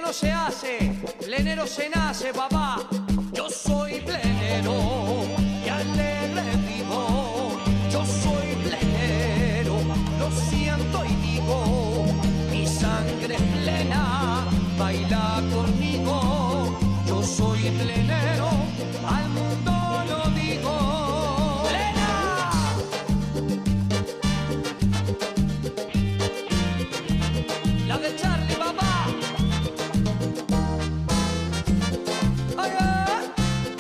no se hace, plenero se nace, papá. Yo soy plenero y alegre vivo. Yo soy plenero, lo siento y digo, mi sangre es plena, baila conmigo. Yo soy plenero, al mundo lo digo. ¡Plena! La de Charlie, papá. ¡Ay, ay!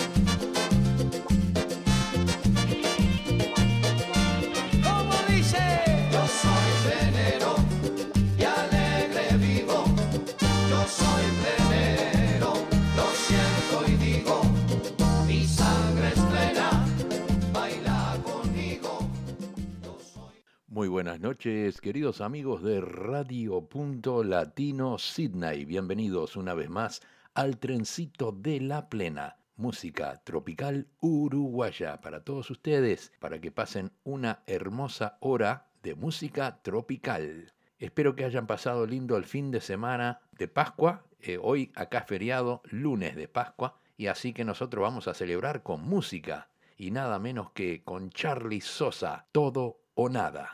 ¿Cómo dice? Yo soy plenero y alegre vivo. Yo soy plenero, lo siento y digo, mi sangre es plena, baila conmigo. Yo soy... Muy buenas noches, queridos amigos de Radio Punto Latino Sydney. Bienvenidos una vez más al trencito de la plena. Música tropical uruguaya para todos ustedes, para que pasen una hermosa hora de música tropical. Espero que hayan pasado lindo el fin de semana de Pascua. Hoy acá es feriado, lunes de Pascua, y así que nosotros vamos a celebrar con música, y nada menos que con Charly Sosa, Todo o Nada.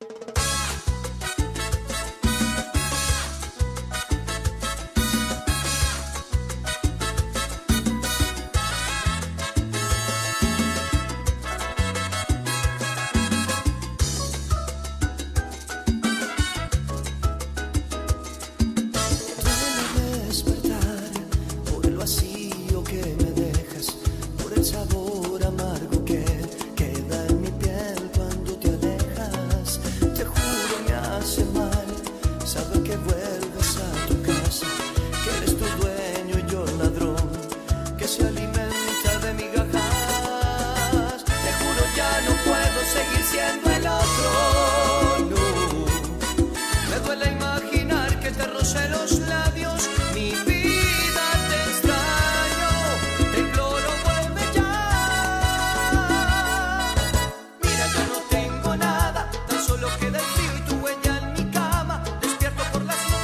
Sabor amargo que queda en mi piel cuando te alejas. Te juro me hace mal saber que vuelves a tu casa, que eres tu dueño y yo ladrón que se alimenta de migajas. Te juro ya no puedo seguir siendo el otro, no. Me duele imaginar que te rocé los labios, mi vida te extraño, te imploro vuelve ya. Mira yo no tengo nada, tan solo queda el frío y tu huella en mi cama. Despierto por las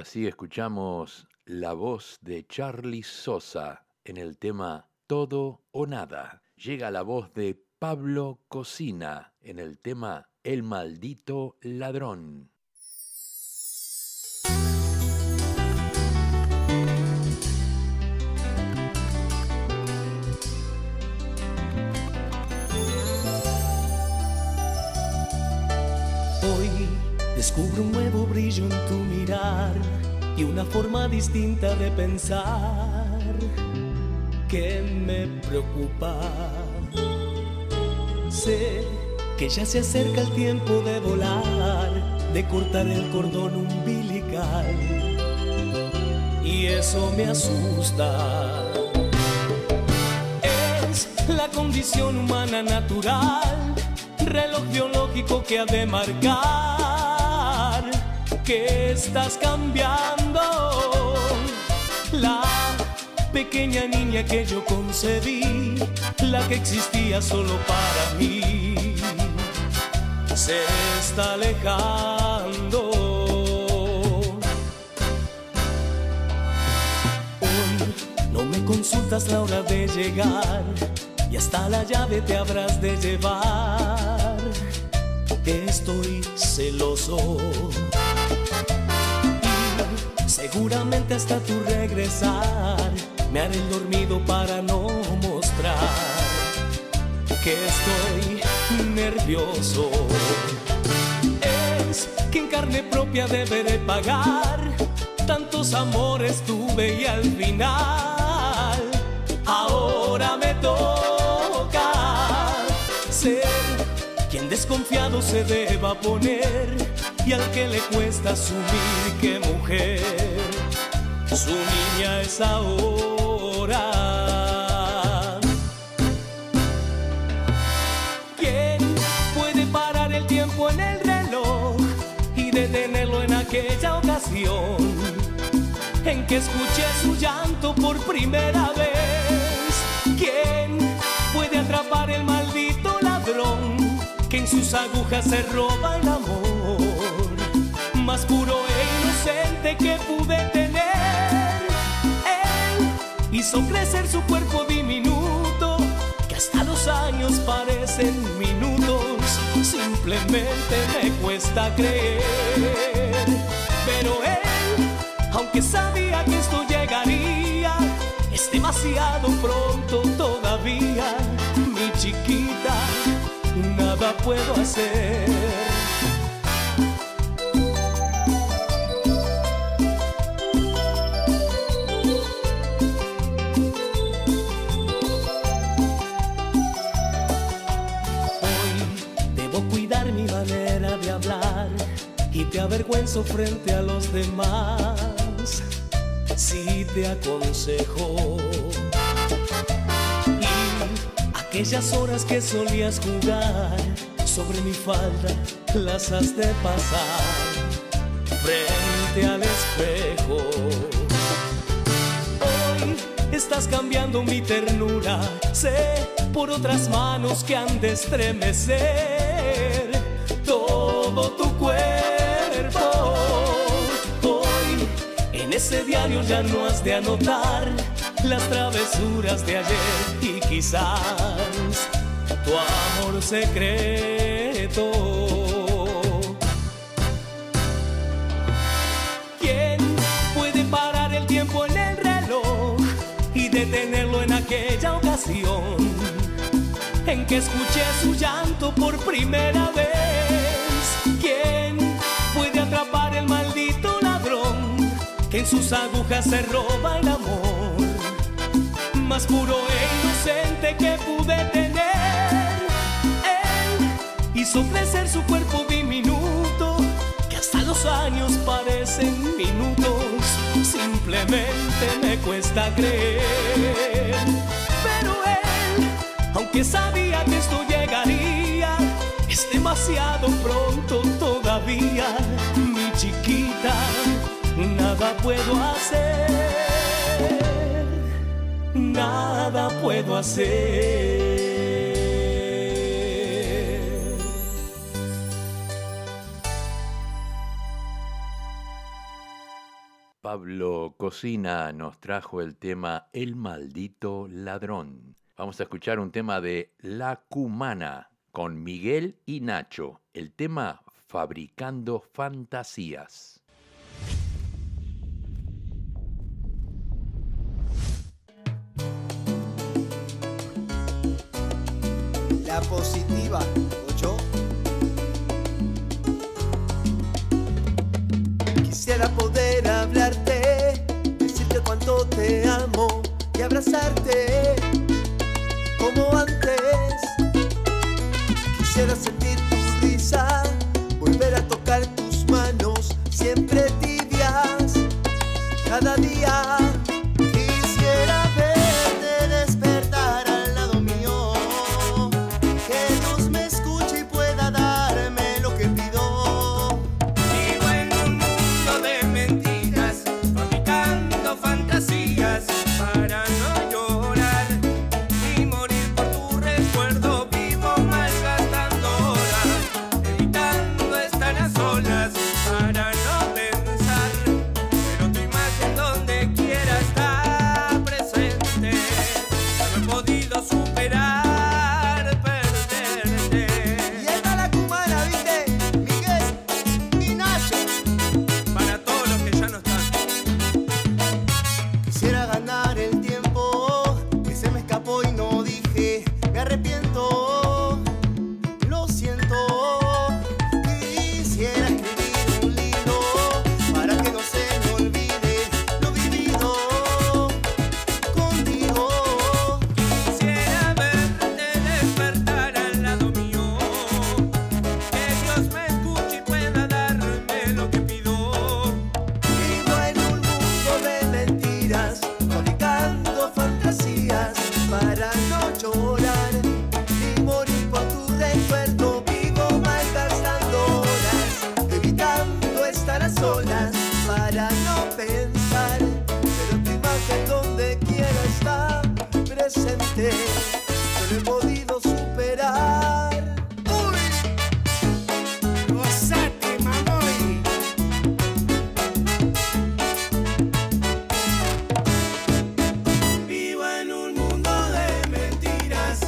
así escuchamos la voz de Charly Sosa en el tema Todo o Nada. Llega la voz de Pablo Cocina en el tema El Maldito Ladrón. Hoy descubro un nuevo brillo en tu mirar y una forma distinta de pensar que me preocupa. Sé que ya se acerca el tiempo de volar, de cortar el cordón umbilical, y eso me asusta. Es la condición humana natural, reloj biológico que ha de marcar que estás cambiando. La pequeña niña que yo concebí, la que existía solo para mí, se está alejando. Hoy no me consultas la hora de llegar y hasta la llave te habrás de llevar. Estoy celoso y seguramente hasta tu regresar me haré el dormido para no mostrar que estoy nervioso. Es que en carne propia deberé pagar tantos amores tuve y al final ahora me toca ser quien desconfiado se deba poner y al que le cuesta asumir que mujer su niña es ahora. ¿Quién puede parar el tiempo en el reloj y detenerlo en aquella ocasión en que escuché su llanto por primera vez? ¿Quién puede atrapar el maldito ladrón que en sus agujas se roba el amor más puro e inocente que pude tener? Él hizo crecer su cuerpo diminuto, que hasta los años parecen minutos. Simplemente me cuesta creer, pero él, aunque sabía que esto llegaría, es demasiado pronto todavía. Mi chiquita, nada puedo hacer. Y te avergüenzo frente a los demás si te aconsejo. Y aquellas horas que solías jugar sobre mi falda las has de pasar frente al espejo. Hoy estás cambiando mi ternura, sé por otras manos que han de estremecer todo tu cuerpo. Hoy en ese diario ya no has de anotar las travesuras de ayer y quizás tu amor secreto. ¿Quién puede parar el tiempo en el reloj y detenerlo en aquella ocasión en que escuché su llanto por primera vez? ¿Quién puede atrapar el maldito ladrón que en sus agujas se roba el amor más puro e inocente que pude tener? Él hizo crecer su cuerpo diminuto, que hasta los años parecen minutos. Simplemente me cuesta creer, pero él, aunque sabía que esto llegaría, es demasiado pronto todavía. Mi chiquita, nada puedo hacer, nada puedo hacer. Pablo Cocina nos trajo el tema El Maldito Ladrón. Vamos a escuchar un tema de La Cumana con Miguel y Nacho. El tema Fabricando Fantasías. La positiva, 8. Quisiera poder hablarte, decirte cuánto te amo y abrazarte como antes. Quisiera sentir tu risa, volver a tocar tus manos, siempre tibias, cada día. Quisiera verte despertar al lado mío, que Dios me escuche y pueda darme lo que pido. Vivo en un mundo de mentiras, fabricando fantasías para no llorar y morir por tu recuerdo. Vivo malgastando horas, evitando estar a solas para no pensar, pero tu imagen donde quiera está presente. No he podido superar perderte. Y está la cumana, ¿viste? Miguel y Nacho. Para todos los que ya no están. Quisiera ganar el tiempo que se me escapó y no dije. Me arrepiento, lo siento. Quisiera escribir un libro para que no se me olvide lo vivido contigo. Quisiera verte despertar al lado mío, que Dios me escuche y pueda darme lo que pido. Vivo en un mundo de mentiras, fabricando fantasías para no llorar ni morir por tu recuerdo. Vivo malgastando horas, evitando estar a solas para no pensar, pero tu imagen donde quiera está presente. No lo he podido superar. ¡Uy! ¡Gozate, mamoy! Vivo en un mundo de mentiras,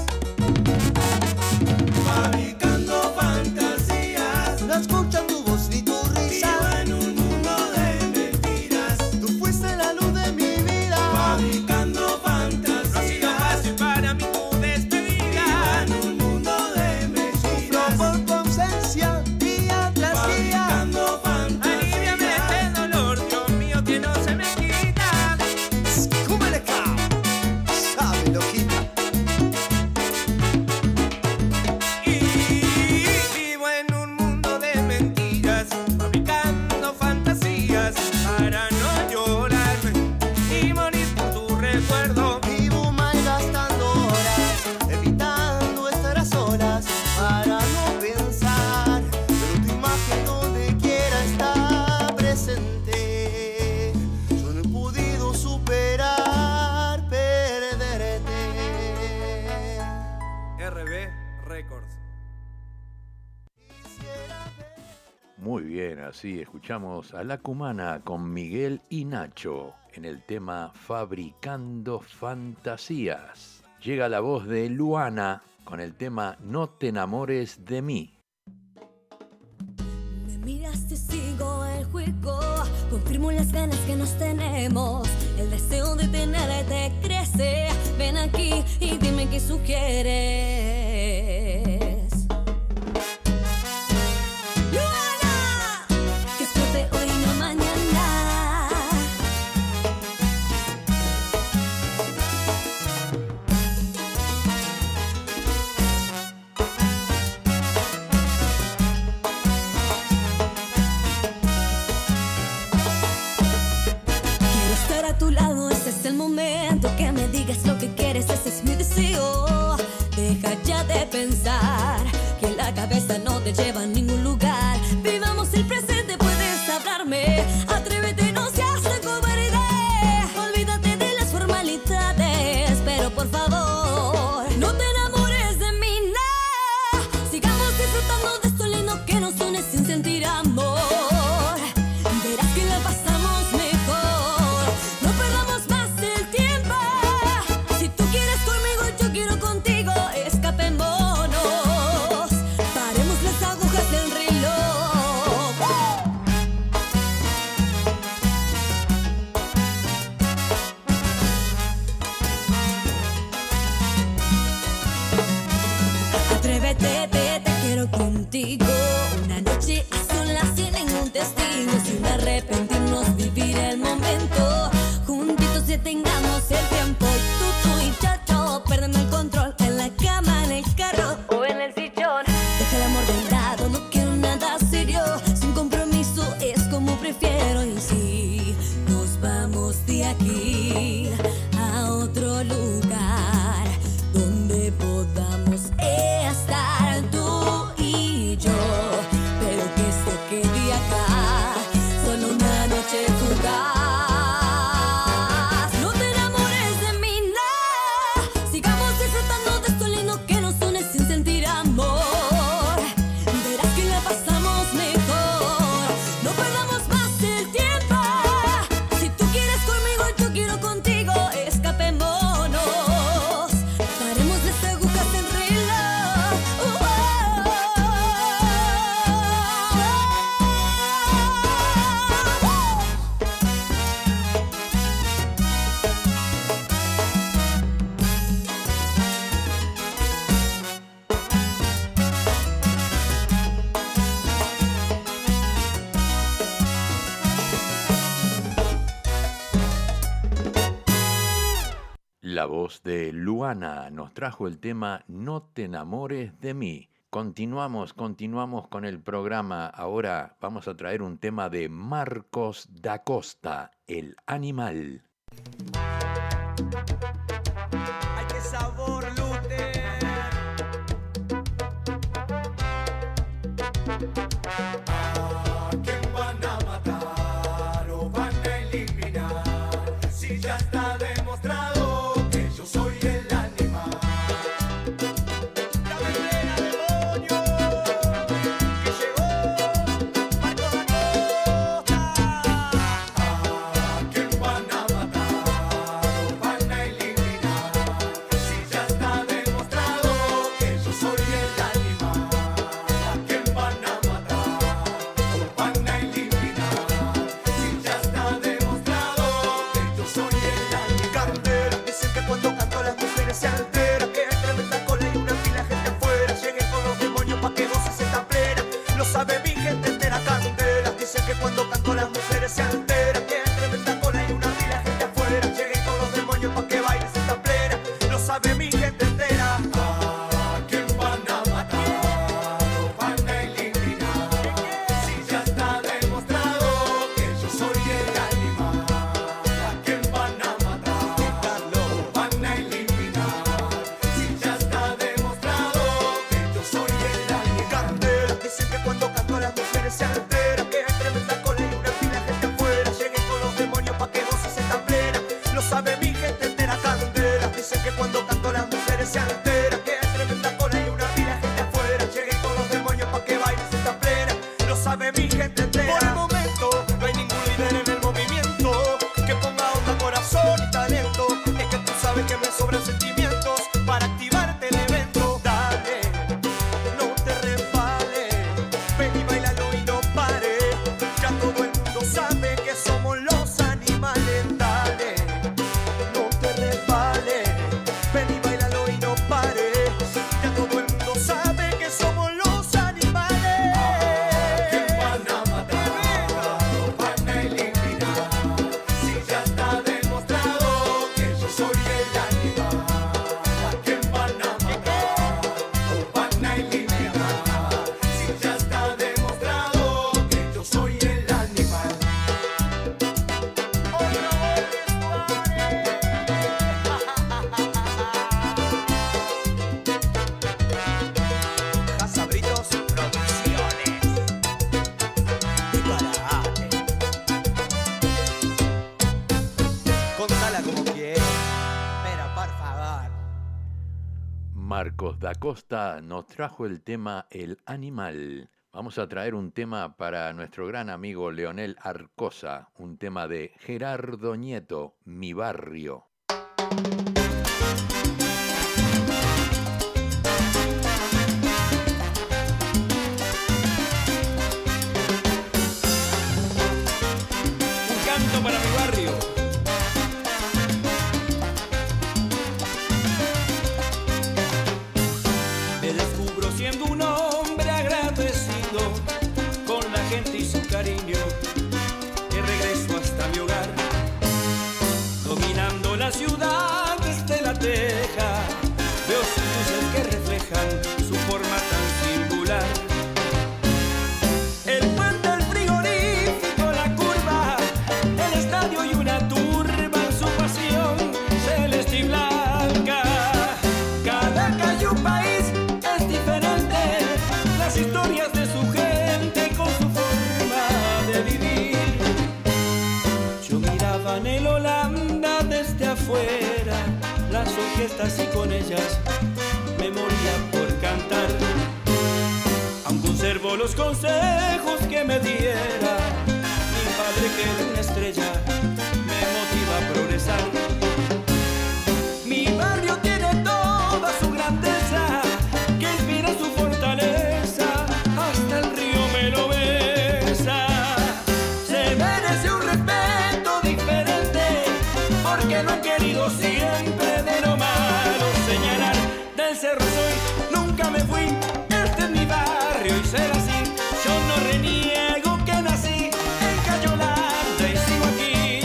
fabricando fantasías. No escucho tu voz ni tu risa. Vivo en un mundo de mentiras, Tú fuiste la luz de mi vida. fabricando fantasías. No ha sido fácil para mí tu despedida. Vivo en un mundo de Sufro mentiras, por tu ausencia día tras día. fabricando fantasías. Aliviame este dolor, Dios mío, que no se me quita. ¡Cúmele acá! Sabe, loquita. Y vivo en un mundo de mentiras, fabricando fantasías para no llorar y morir por tu recuerdo. Vivo malgastando horas, evitando estar a solas para no pensar, pero tu imagen donde quiera está presente. Yo no he podido superar perderte. RB Records. Muy bien, así escuchamos a La Cumana con Miguel y Nacho en el tema Fabricando Fantasías. Llega la voz de Luana con el tema No te enamores de mí. Me miraste, sigo el juego, confirmo las ganas que nos tenemos, el deseo de tenerte crece, ven aquí y dime qué sugieres. Luana, que explote hoy no mañana. Quiero estar a tu lado, este es el momento que me digas lo que quieres, ese es mi deseo. Deja ya de pensar que la cabeza no te lleva a ningún lugar. Vivamos el presente, puedes hablarme. Atrévete, no seas tan cobarde. Olvídate de las formalidades, pero por favor, no te enamores de mí, no. Sigamos disfrutando de esto lindo que nos une sin sentir amor. Verás que la pasamos mejor. contigo. Una noche a solas sin ningún testigo, sin arrepentirnos, vivir el momento. Juntitos detengamos el tiempo. Tú y yo, perdiendo el control en la cama, en el carro o en el sillón. Deja el amor de lado, no quiero nada serio. Sin compromiso es como prefiero. Y si nos vamos de aquí a otro lugar donde podamos estar tú y yo, pero que esto quede acá, solo una noche fugaz. No te enamores de mí, no. Sigamos disfrutando de esto lindo que nos une sin sentir amor. Verás que la pasamos mejor. No perdamos más el tiempo. Si tú quieres conmigo y yo quiero contigo, escapémonos. Paremos las agujas del reloj. La voz de Luana nos trajo el tema No te enamores de mí. Continuamos con el programa. Ahora vamos a traer un tema de Marcos da Costa, El Animal. ¡Ay, qué sabor, Luther! ¿A quién van a matar o van a eliminar? Si ya está demostrado que yo soy el animal. ¡La verdadera demonio! ¡Que llegó! ¡Marco da Costa! ¿A quién van a matar o van a eliminar? Si ya está demostrado que yo soy el animal. ¿A quién van a matar o van a eliminar? Si ya está demostrado que yo soy el animal. Candela, dicen que cuando canto las mujeres se alteran, que hay tremenda cola y una fila de gente afuera. Lleguen con los demonios pa' que goces esta plena. Lo sabe mi gente entera. Candela, dicen que cuando canto las mujeres se alteran, que hay tremenda cola y una fila de gente afuera. Lleguen con los demonios pa' que bailes esta plena. Lo sabe mi gente entera. ¿A quién van a matar o van a eliminar? Si ya está demostrado que yo soy el animal. ¿A quién van a matar o van a eliminar? Si ya está demostrado que yo soy el animal. Candela, dicen que cuando canto las mujeres se alteran, que hay tremenda cola y una fila de gente afuera. Lleguen con los demonios pa' que goces esta plena. Lo sabe mi gente entera. Candela, dicen que cuando canto las mujeres se alteran, que hay tremenda cola y una fila de gente afuera. Lleguen con los demonios pa' que bailes esta plena. Lo sabe mi gente entera. Por el momento no hay ningún líder en el movimiento que ponga onda, corazón y talento. Es que tú sabes que me sobran sentimientos para activarte el evento. Dale, no te resbales, ven y bailalo y no pares. Ya todo el mundo sabe que somos los animales. Dale, no te resbales, ven y bailalo y no pares. Ya todo el mundo sabe que somos los animales. ¿A quién van a matar o van a eliminar? Si ya está demostrado que yo soy el animal. ¿A quién van a matar o van a eliminar? Si ya está demostrado que yo soy el animal. Casabritos Producciones. Disparate. Contala como quieras, pero por favor. Marcos da Costa nos trajo el tema El Animal. Vamos a traer un tema para nuestro gran amigo Leonel Arcosa, un tema de Gerardo Nieto, Mi Barrio. Un canto para mi barrio. Me descubro siendo un hombre agradecido. cariño que regreso hasta mi hogar. Dominando la ciudad desde la teja, veo sus luces que reflejan su forma tan singular. El puente, el frigorífico, la curva, el estadio y una turba en su pasión celeste y blanca. Cada calle un país es diferente, las historias de su gente con su forma de vivir. Yo miraba en el Holanda desde afuera las orquestas y con ellas me moría por cantar. Aún conservo los consejos que me diera mi padre, que de una estrella me motiva a progresar. Mi barrio tiene toda su grandeza que inspira su fortaleza, hasta el río me lo besa. Se merece un respeto diferente porque lo han querido siempre, de lo malo señalar. Del cerro soy, nunca me fui, este es mi barrio y será así. Yo no reniego que nací en Cayolanda y sigo aquí.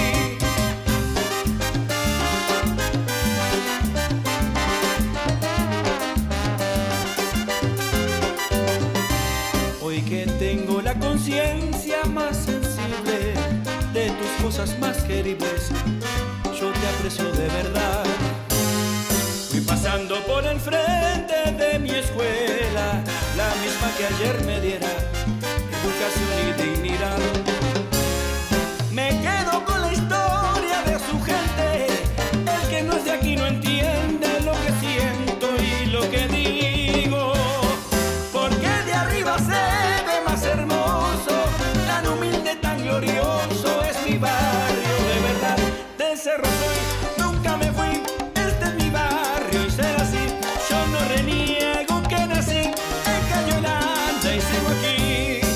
Hoy que tengo la conciencia más sensible de tus cosas más queribles, yo te aprecio de verdad. Fui pasando por el frente de mi escuela, la misma que ayer me diera educación y dignidad. Me quedo con la historia de su gente, el que no es de aquí no entiende lo que siento y lo que digo. Porque de arriba se ve más hermoso, tan humilde, tan glorioso es mi barrio de verdad. Del cerro soy, nunca me fui, este es mi barrio y será así. Yo no reniego que nací en Cayolanda y sigo aquí.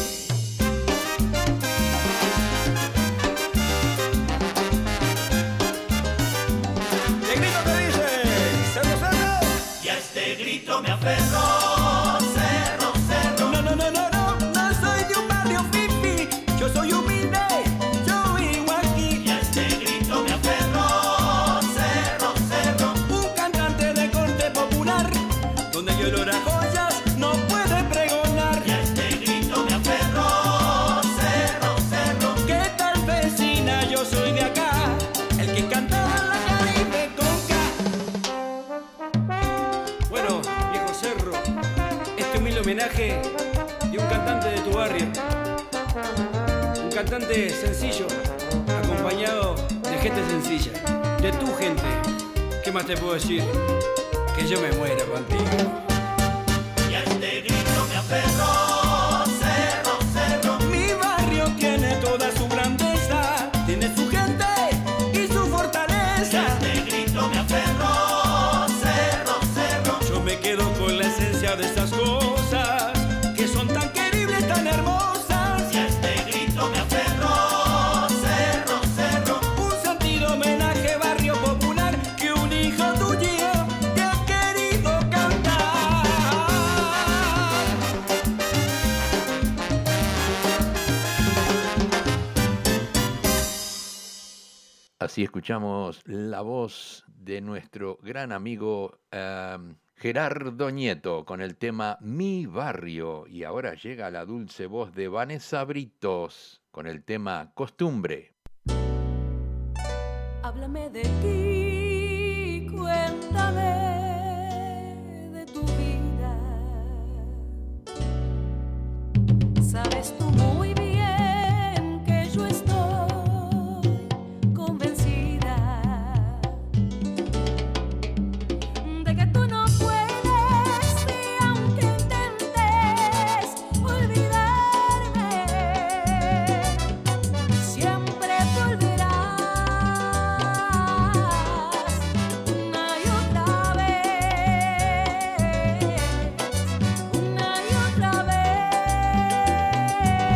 Y el grito que dice, cerro, cerro. Y a este grito me aferro, cerro, cerro. No, no, no, no, no, no soy de un barrio fifi, yo soy humilde, yo vivo aquí. Y a este grito me aferro, cerro, cerro. Un cantante de corte popular, donde yo olor a joyas no puede pregonar. Y a este grito me aferro, cerro, cerro. ¿Qué tal vecina? Yo soy de acá, el que cantaba en la Caribe Conca. Bueno, viejo cerro, este humilde homenaje de un cantante de tu barrio. Un cantante sencillo, acompañado de gente sencilla, de tu gente. ¿Qué más te puedo decir? Que yo me muera contigo. Y a este grito me aferro, cerro, cerro. Mi barrio tiene toda su grandeza, tiene su gente y su Y a fortaleza. este grito me aferro, cerro, cerro. Yo me quedo con la esencia de esas cosas que son tan queribles, tan hermosas. Y a este grito me aferro, cerro, cerro. Un sentido homenaje, barrio popular, que un hijo tuyo te ha querido cantar. Así escuchamos la voz de nuestro gran amigo Gerardo Nieto con el tema Mi Barrio. Y ahora llega la dulce voz de Vanessa Britos con el tema Costumbre. Háblame de ti, cuéntame de tu vida. Sabes tú muy bien que yo estoy convencida de que tú no puedes, y aunque intentes olvidarme, siempre volverás una y otra vez, una y otra vez.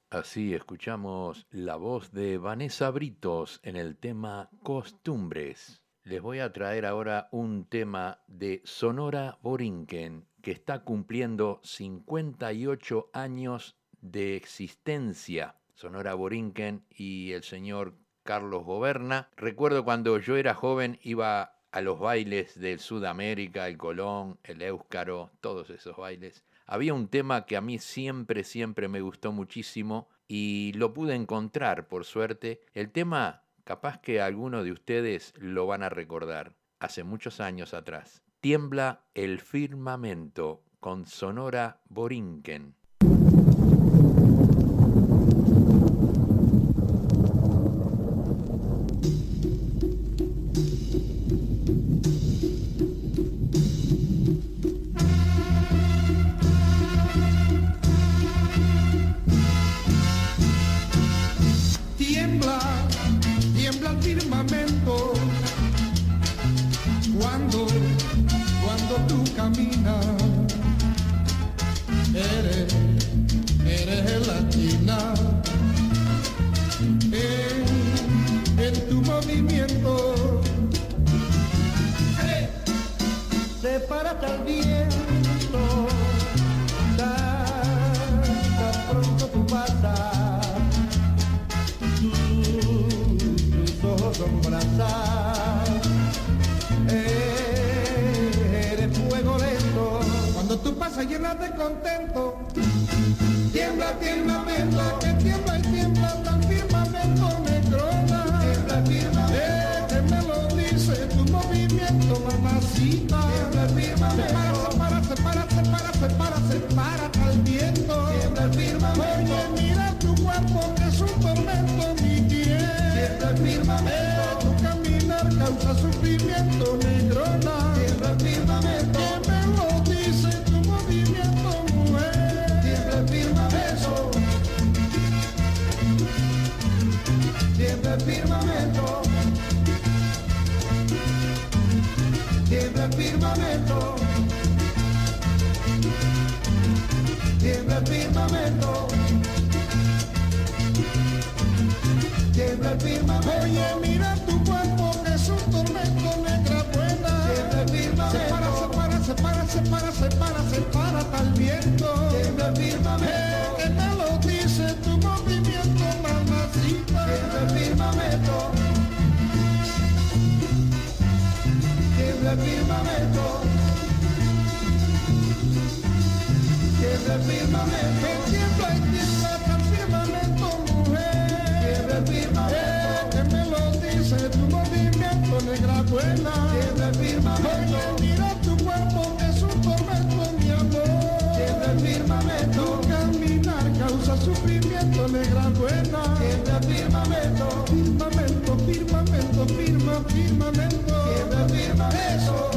Así escuchamos la voz de Vanessa Britos en el tema Costumbres. Les voy a traer ahora un tema de Sonora Borinquen, que está cumpliendo 58 años de existencia. Sonora Borinquen y el señor Carlos Goberna. Recuerdo cuando yo era joven iba a los bailes del Sudamérica, el Colón, el Éuscaro, todos esos bailes. Había un tema que a mí siempre me gustó muchísimo y lo pude encontrar, por suerte. El tema, capaz que algunos de ustedes lo van a recordar, hace muchos años atrás. Tiembla el firmamento con Sonora Borinquen. Tiembla el firmamento cuando tú caminas. Eres latina en tu movimiento. Sepárate al viento, tan pronto tú pasas. Tus ojos son brasas, eres fuego lento. Cuando tú pasas llenas de contento. Tiembla el firmamento, que tiembla y tiembla tan firmamento negrona. Tiembla el firmamento, que me lo dice tu movimiento, mamacita. Tiembla el firmamento, sepárate al viento. Tiembla el firmamento, oye, mira tu cuerpo que es un tormento, mi piel. Tiembla el firmamento, tu caminar causa sufrimiento, negrona. Tiembla el firmamento, que me lo dice tu movimiento, mujer. Tiembla el firmamento, tiembla el firmamento, tiembla el firmamento, tiembla el firmamento, tiembla el firmamento. Oye, mira tu cuerpo que es un tormento, negra buena. Tiembla el firmamento, sepárate al viento. Tiembla el firmamento, que me lo dice tu movimiento, mamacita. Tiembla el firmamento, tiembla el firmamento, tiembla el firmamento, tiembla y tiembla tan firmamento, mujer. Tiembla el firmamento, que me lo dice tu movimiento, negra buena. Tiembla el firmamento, oye, mira tu cuerpo que es un tormento, mi amor. Tiembla el firmamento, tu caminar causa sufrimiento, negra buena. Tiembla el firmamento, firmamento, firmamento, firmamento. Tiembla el firmamento.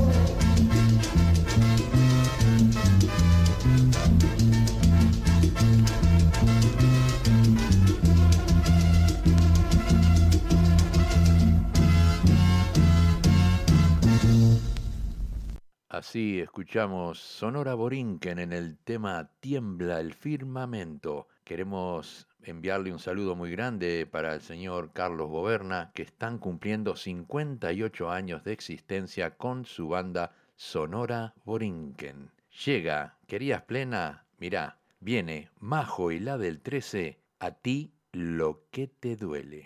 Así escuchamos Sonora Borinquen en el tema Tiembla el firmamento. Queremos enviarle un saludo muy grande para el señor Carlos Goberna, que están cumpliendo 58 años de existencia con su banda Sonora Borinquen. Llega, ¿querías plena? Mirá, viene Majo y la del 13, a ti lo que te duele.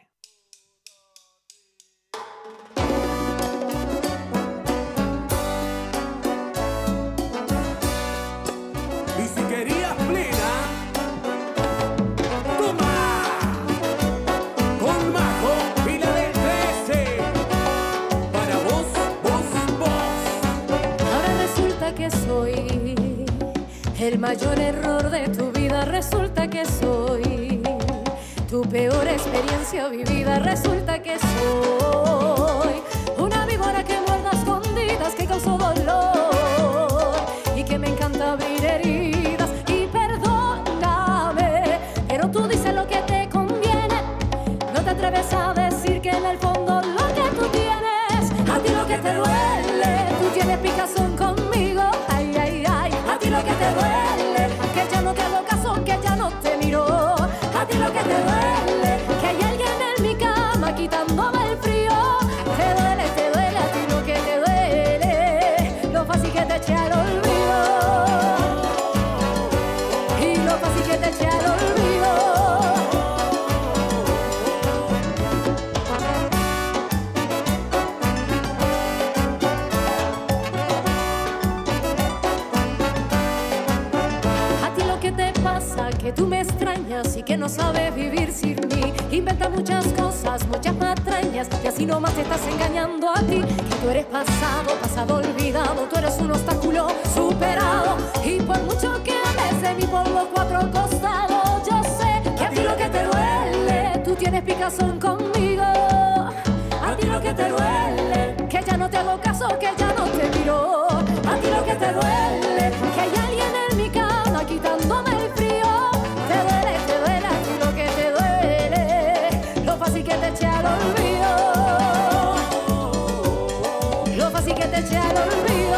El mayor error de tu vida, resulta que soy tu peor experiencia vivida, resulta que soy una víbora que muerde a escondidas, que causó dolor y que me encanta abrir heridas. Y perdóname, pero tú dices lo que te conviene, no te atreves a decir que en el fondo lo que tú tienes, a ti lo que te duele, tú tienes picazón conmigo, ay, a ti lo que te duele, que ya no te hago caso, que ya no te miro, a ti lo extrañas y que no sabes vivir sin mí. Inventa muchas cosas, muchas patrañas, y así nomás te estás engañando a ti. Que tú eres pasado, pasado olvidado, tú eres un obstáculo superado. Y por mucho que hables de mí por los cuatro costados, yo sé que a ti lo que te duele, tú tienes picazón conmigo. A ti lo que te duele, que ya no te hago caso, que ya no te miro. A ti lo que te duele, que hay alguien en mi cama quitándome el frío. Te duele, a ti lo que te duele, lo fácil que te eché al olvido. Lo fácil que te eché al olvido.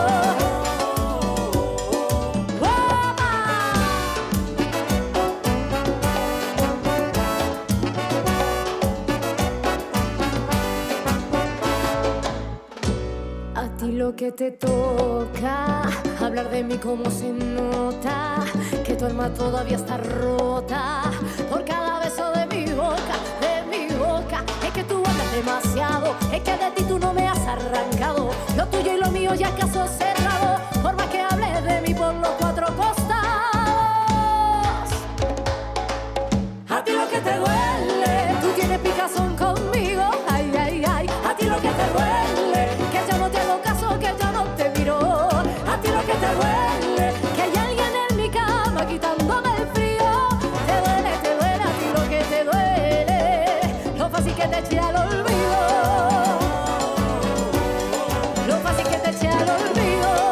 Lo que te toca, hablar de mí como se nota, que tu alma todavía está rota por cada beso de mi boca, es que tú hablas demasiado, es que de ti tú no me has arrancado, lo tuyo y lo mío ya caso cerrado, por más que hables de mí por los cuatro costados. A ti lo que te duele, tú tienes picazón conmigo, ay, ay, ay, a ti lo que te duele, que yo no te hago caso, que yo no te miro. A ti lo que te duele, que hay alguien en mi cama quitándome el frío. Te duele, a ti lo que te duele, lo fácil que te eché al olvido. Lo fácil que te eché al olvido.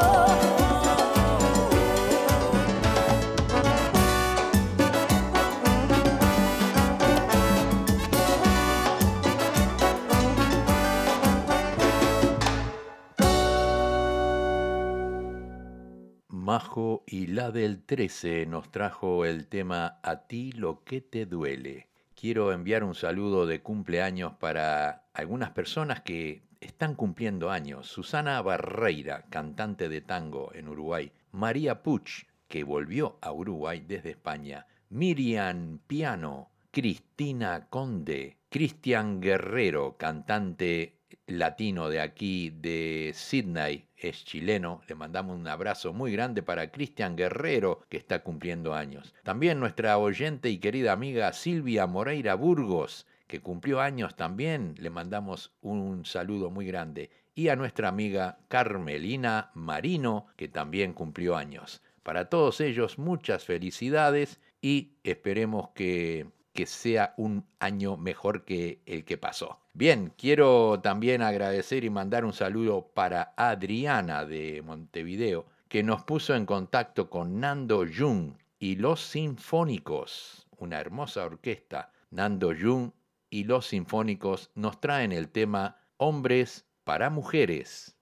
Majo y la del 13 nos trajo el tema A ti lo que te duele. Quiero enviar un saludo de cumpleaños para algunas personas que están cumpliendo años. Susana Barreira, cantante de tango en Uruguay. María Puch, que volvió a Uruguay desde España. Miriam Piano. Cristina Conde. Cristian Guerrero, cantante latino de aquí, de Sydney, es chileno. Le mandamos un abrazo muy grande para Cristian Guerrero, que está cumpliendo años. También nuestra oyente y querida amiga Silvia Moreira Burgos, que cumplió años también. Le mandamos un saludo muy grande. Y a nuestra amiga Carmelina Marino, que también cumplió años. Para todos ellos, muchas felicidades y esperemos que sea un año mejor que el que pasó. Bien, quiero también agradecer y mandar un saludo para Adriana de Montevideo, que nos puso en contacto con Nando Jung y Los Sinfónicos, una hermosa orquesta. Nando Jung y Los Sinfónicos nos traen el tema Hombres para Mujeres.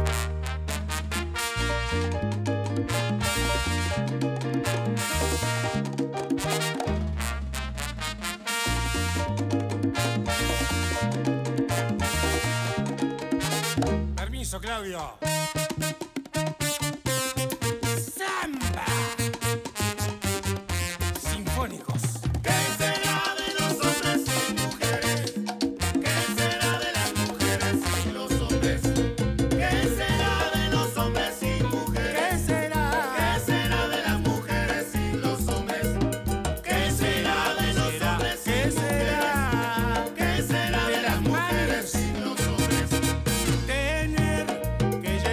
Claudio. Samba. Sinfónicos. ¿Qué será de los hombres sin mujeres? ¿Qué será de las mujeres sin los hombres? ¿Qué será de los hombres sin mujeres? ¿Qué será? ¿Qué será de las mujeres sin los hombres? ¿Qué será de los hombres sin mujeres? ¿Qué será de las mujeres sin los hombres? Tener que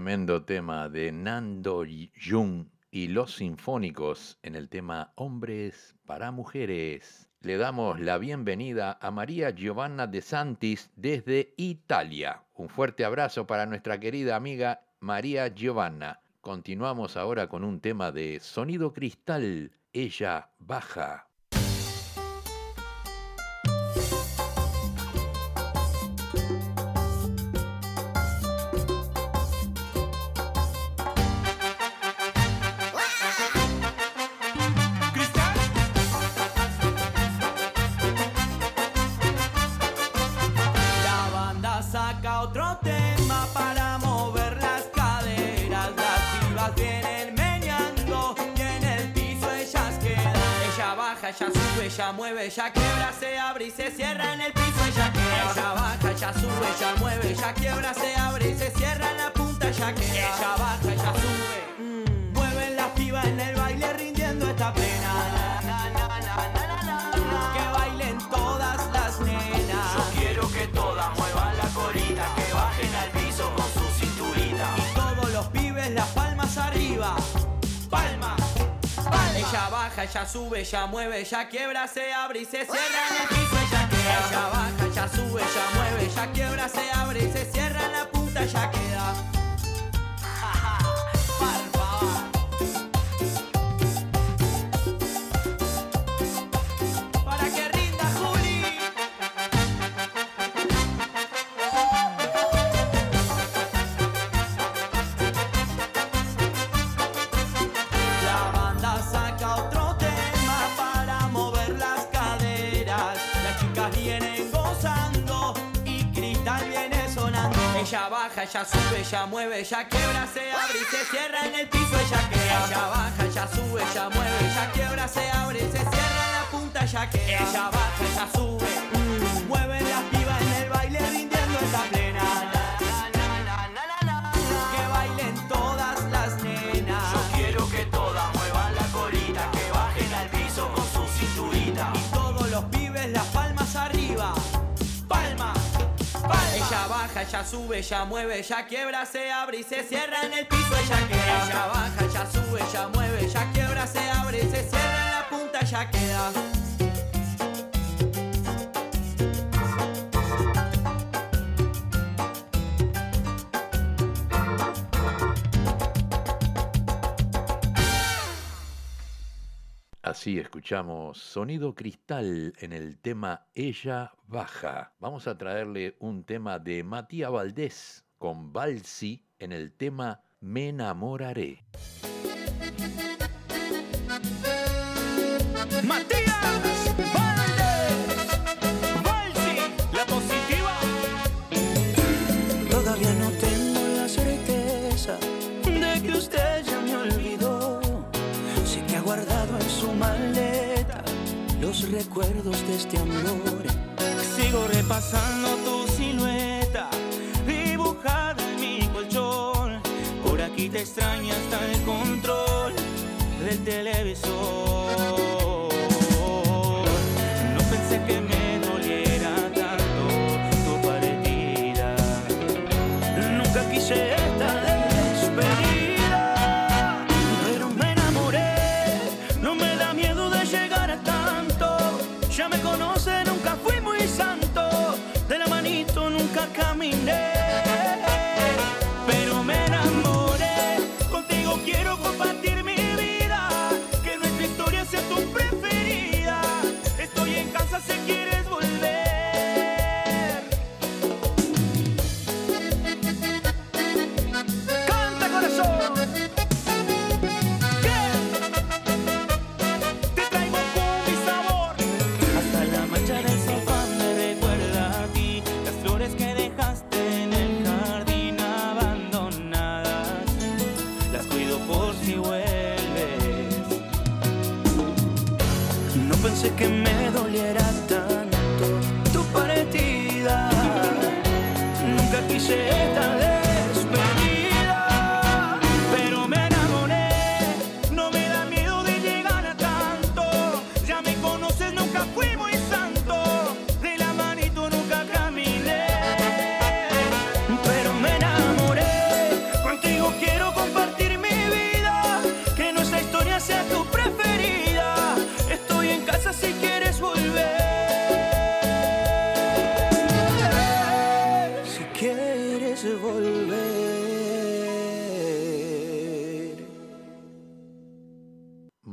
Tremendo tema de Nando Jung y los Sinfónicos en el tema Hombres para Mujeres. Le damos la bienvenida a María Giovanna De Santis desde Italia. Un fuerte abrazo para nuestra querida amiga María Giovanna. Continuamos ahora con un tema de Sonido Cristal, Ella Baja. Otro tema para mover las caderas, las pibas vienen meneando y en el piso ellas quedan. Ella baja, ella sube, ella mueve, ella quiebra, se abre y se cierra en el piso, ella queda. Ella baja, ella sube, ella mueve, ella quiebra, se abre y se cierra en la punta, ella queda. Ella baja, ella sube, mueven las pibas en el baile rindiendo esta plena. Que bailen todas las nenas. Yo quiero que todas muevan la colita, que bajen al piso con su cinturita. Y todos los pibes las palmas arriba. Palma, palma. Ella baja, ella sube, ella mueve, ella quiebra, se abre y se cierra en el piso, ella queda. Ella baja, ella sube, ella mueve, ella quiebra, se abre y se cierra en la punta, ella queda. Ella baja, ella sube, ella mueve, ella quiebra, se abre y se cierra en el piso, ella queda. Ella baja, ella sube, ella mueve, ella quiebra, se abre y se cierra en la punta, ella queda. Ella baja, ella sube, mueven las pibas en el baile rindiendo esta plena. Que bailen todas las nenas. Yo quiero que todas muevan la colita, que bajen al piso con su cinturita. Y todos los pibes las palmas arriba. Palma. Ella baja, ella sube, ella mueve, ella quiebra, se abre y se cierra en el piso, ella queda. Ella baja, ella sube, ella mueve, ella quiebra, se abre y se cierra en la punta, ella queda. Así escuchamos Sonido Cristal en el tema Ella Baja. Vamos a traerle un tema de Matías Valdés con Balsi en el tema Me Enamoraré. Matías Valdés, Balsi, la positiva. Todavía no tengo la certeza de que usted ya me olvidó. Sé que ha guardado en su maleta los recuerdos de este amor. Sigo repasando tu silueta dibujada en mi colchón. Por aquí te extraña hasta el control del televisor. No pensé que me doliera tanto tu partida. Nunca quise esta despedida, pero me enamoré. No me da miedo de llegar a tanto. Ya me conoce, nunca fui muy santo. De la manito nunca caminé, pero me enamoré. Contigo quiero compartir mi vida, que nuestra historia sea tu preferida. Estoy en casa si quieres volver. Canta, corazón. ¿Qué? Te traigo con mi sabor. Hasta la mancha del sofá me recuerda a ti. Las flores que dejaste en el jardín abandonadas, las cuido por si vuelves. No pensé que me doliera tanto tu partida. Nunca quise esta despedida, Pero me enamoré, no me da miedo de llegar a tanto. Ya me conoces, nunca fui muy santo. De la manito nunca caminé, pero me enamoré. contigo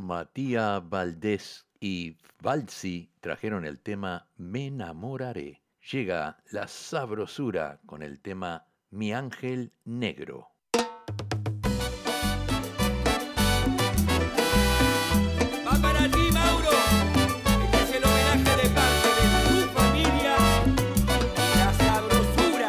Matías Valdés y Valsi trajeron el tema Me enamoraré. Llega la sabrosura con el tema Mi ángel negro. Va para ti, Mauro. Este es el homenaje de parte de tu familia y la sabrosura.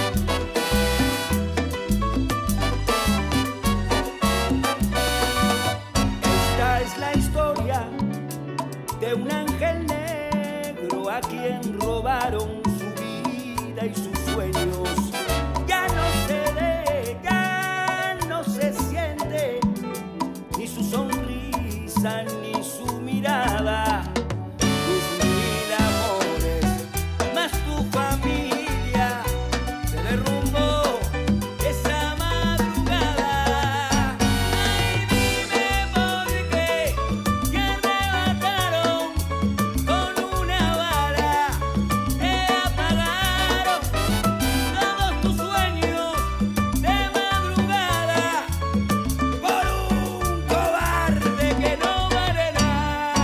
Esta es la historia de un ángel negro a quien robaron su vida y sus sueños. Ya no se ve, ya no se siente ni su sonrisa ni su mirada. Tus mil amores más tu familia se derrumbó esa madrugada. Ay, dime por qué te arrebataron con una bala, te apagaron todos tus sueños de madrugada por un cobarde que no vale nada.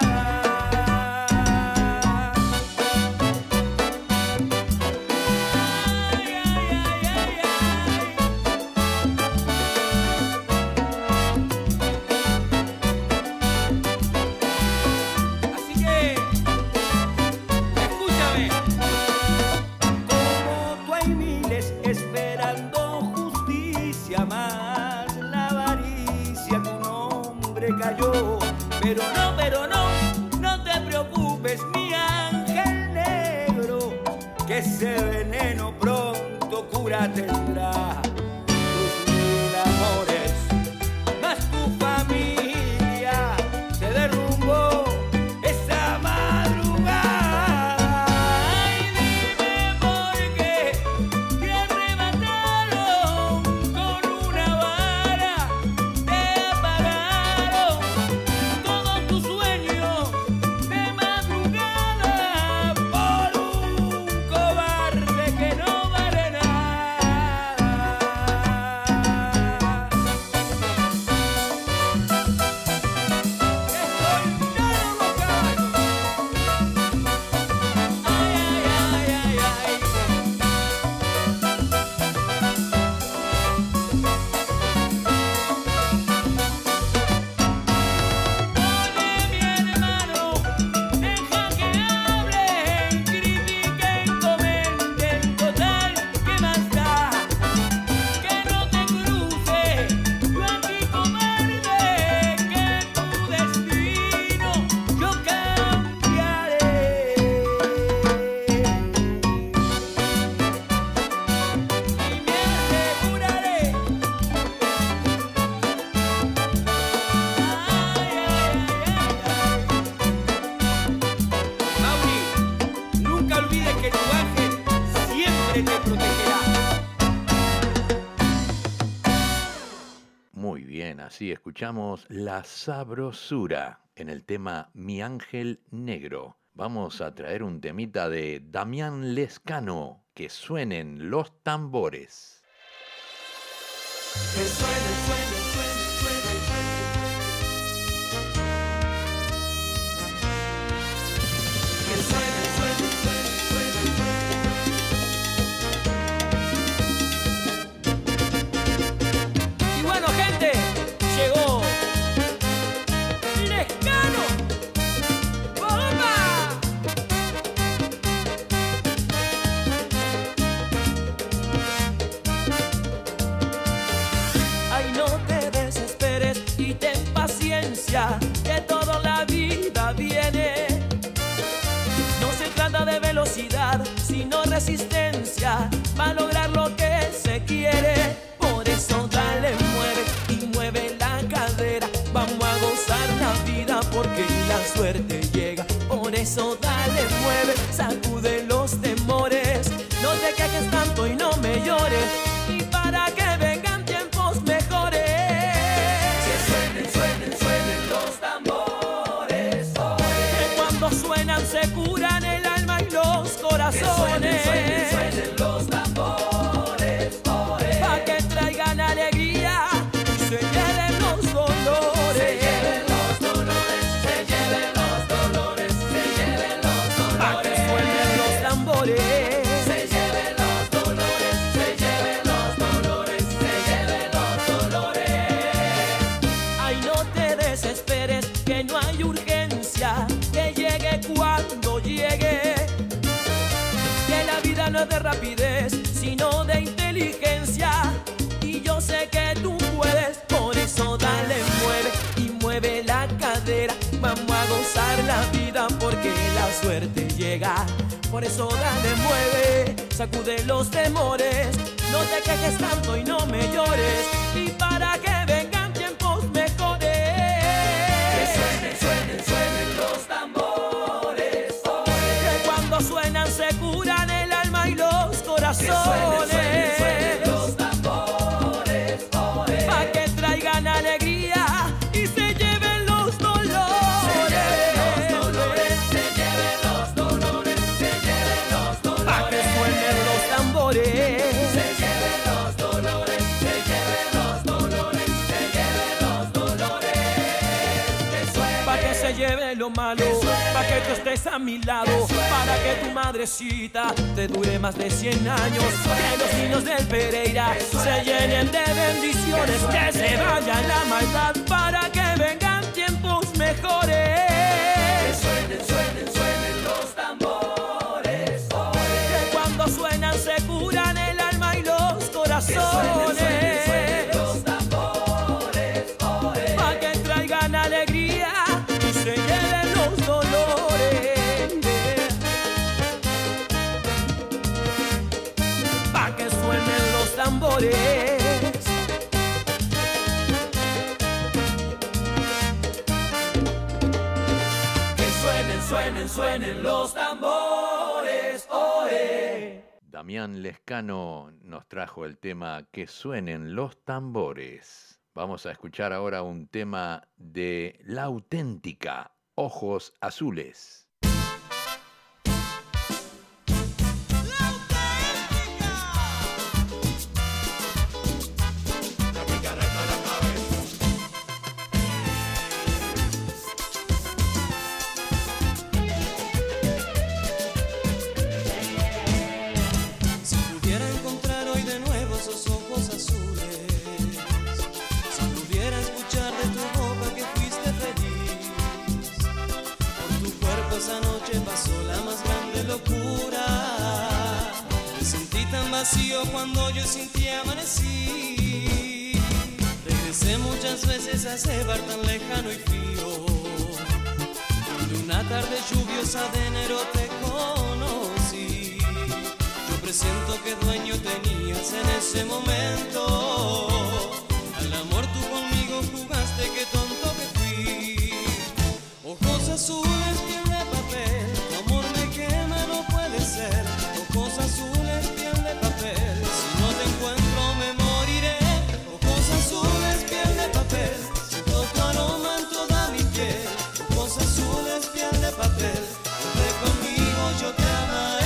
Ay, ay, ay, ay, ay. Así que, escúchame. Como tú hay miles esperando justicia, más la avaricia de un hombre cayó. Pero no te preocupes, mi ángel negro, que ese veneno pronto cura tendrá. Tus mil amores más tu familia se derrumbó esa madrugada. Ay, dime por qué te arrebataron con una vara, te apagaron todos tus sueños de madrugada por un cobarde que no vale nada. Así escuchamos La Sabrosura en el tema Mi Ángel Negro. Vamos a traer un temita de Damián Lescano, que suenen los tambores. Que suene, suene, suene, suene, que suene, suene, suene, suene. Y bueno, gente, llegó Lescano. ¡Bomba! Ay, no te desesperes y ten paciencia, que toda la vida viene. No se trata de velocidad, sino resistencia, para lograr lo que se quiere. Por eso dale, mueve y mueve la cadera. Vamos a gozar la vida porque la suerte llega. Por eso dale, mueve, sacude los temores. No te quejes tanto y no me llores. Y para que vengan tiempos mejores. Que suenen, suenen, suenen los tambores. Que cuando suenan se curan el alma y los corazones. Que suenen, suenen, suenen los tambores. Pa' que traigan alegría y se lleven los dolores. Se lleven los y no te desesperes, que no hay urgencia, que llegue cuando llegue. Que la vida no es de rapidez, sino de inteligencia. Y yo sé que tú puedes, por eso dale, mueve y mueve la cadera. Vamos a gozar la vida porque la suerte llega. Por eso dale, mueve, sacude los temores. No te quejes tanto y no me llores. Y para que vengan tiempos mejores. Que suenen, suenen, suenen los tambores. Que cuando suenan se curan el alma y los corazones. Que suenen, suenen, suenen los tambores. Pa' que traigan alegría y se lleven los dolores. Se lleven los dolores, se lleven los dolores, se lleven los dolores. Pa' que suenen los tambores. Se lleven los dolores, se lleven los dolores, se lleven los dolores. Pa' que se lleve lo malo, pa' que tú estés a mi lado, para que tu madrecita te dure más de 100 años. Que los niños del Pereira se llenen de bendiciones, que se vaya la maldad para que vengan tiempos mejores. Que suenen, suenen, suenen los tambores. Que cuando suenan se curan el alma y los corazones. Que suenen, suenen, suenen los tambores. Pa' que traigan alegría y se lleven los dolores. Pa' que suenen los tambores. Que suenen, suenen, suenen los tambores. Damián Lescano nos trajo el tema Que suenen los tambores. Vamos a escuchar ahora un tema de La Auténtica, Ojos Azules. Si pudiera encontrar hoy de nuevo esos ojos azules, si pudiera escuchar de tu boca que fuiste feliz, por tu cuerpo esa noche pasó la más grande locura. Me sentí tan vacío cuando yo sin ti amanecí. Regresé muchas veces a ese bar tan lejano y frío, donde una tarde lluviosa de enero te conocí. Yo presiento que dueño tenías en ese momento. Al amor tú conmigo jugaste, qué tonto que fui. Ojos azules, piel de papel, tu amor me quema, no puede ser. Ojos azules, piel de papel, si no te encuentro me moriré. Ojos azules, piel de papel, siento tu aroma en toda mi piel. Ojos azules, piel de papel, vente conmigo, yo te amaré.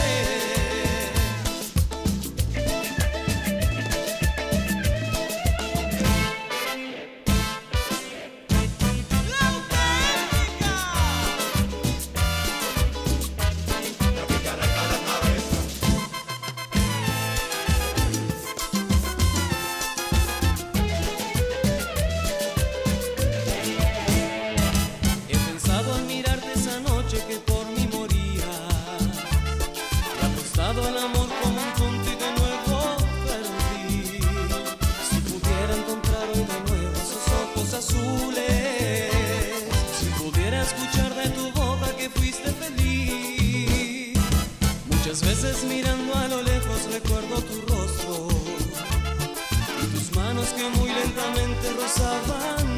He pensado al mirarte esa noche que por mí morías. He apostado al amor como un tonto y de nuevo perdí. Si pudiera encontrar hoy de nuevo esos ojos azules, si pudiera escuchar de tu boca que fuiste feliz. Muchas veces mirando a lo lejos recuerdo tu rostro y tus manos que muy lentamente rozaban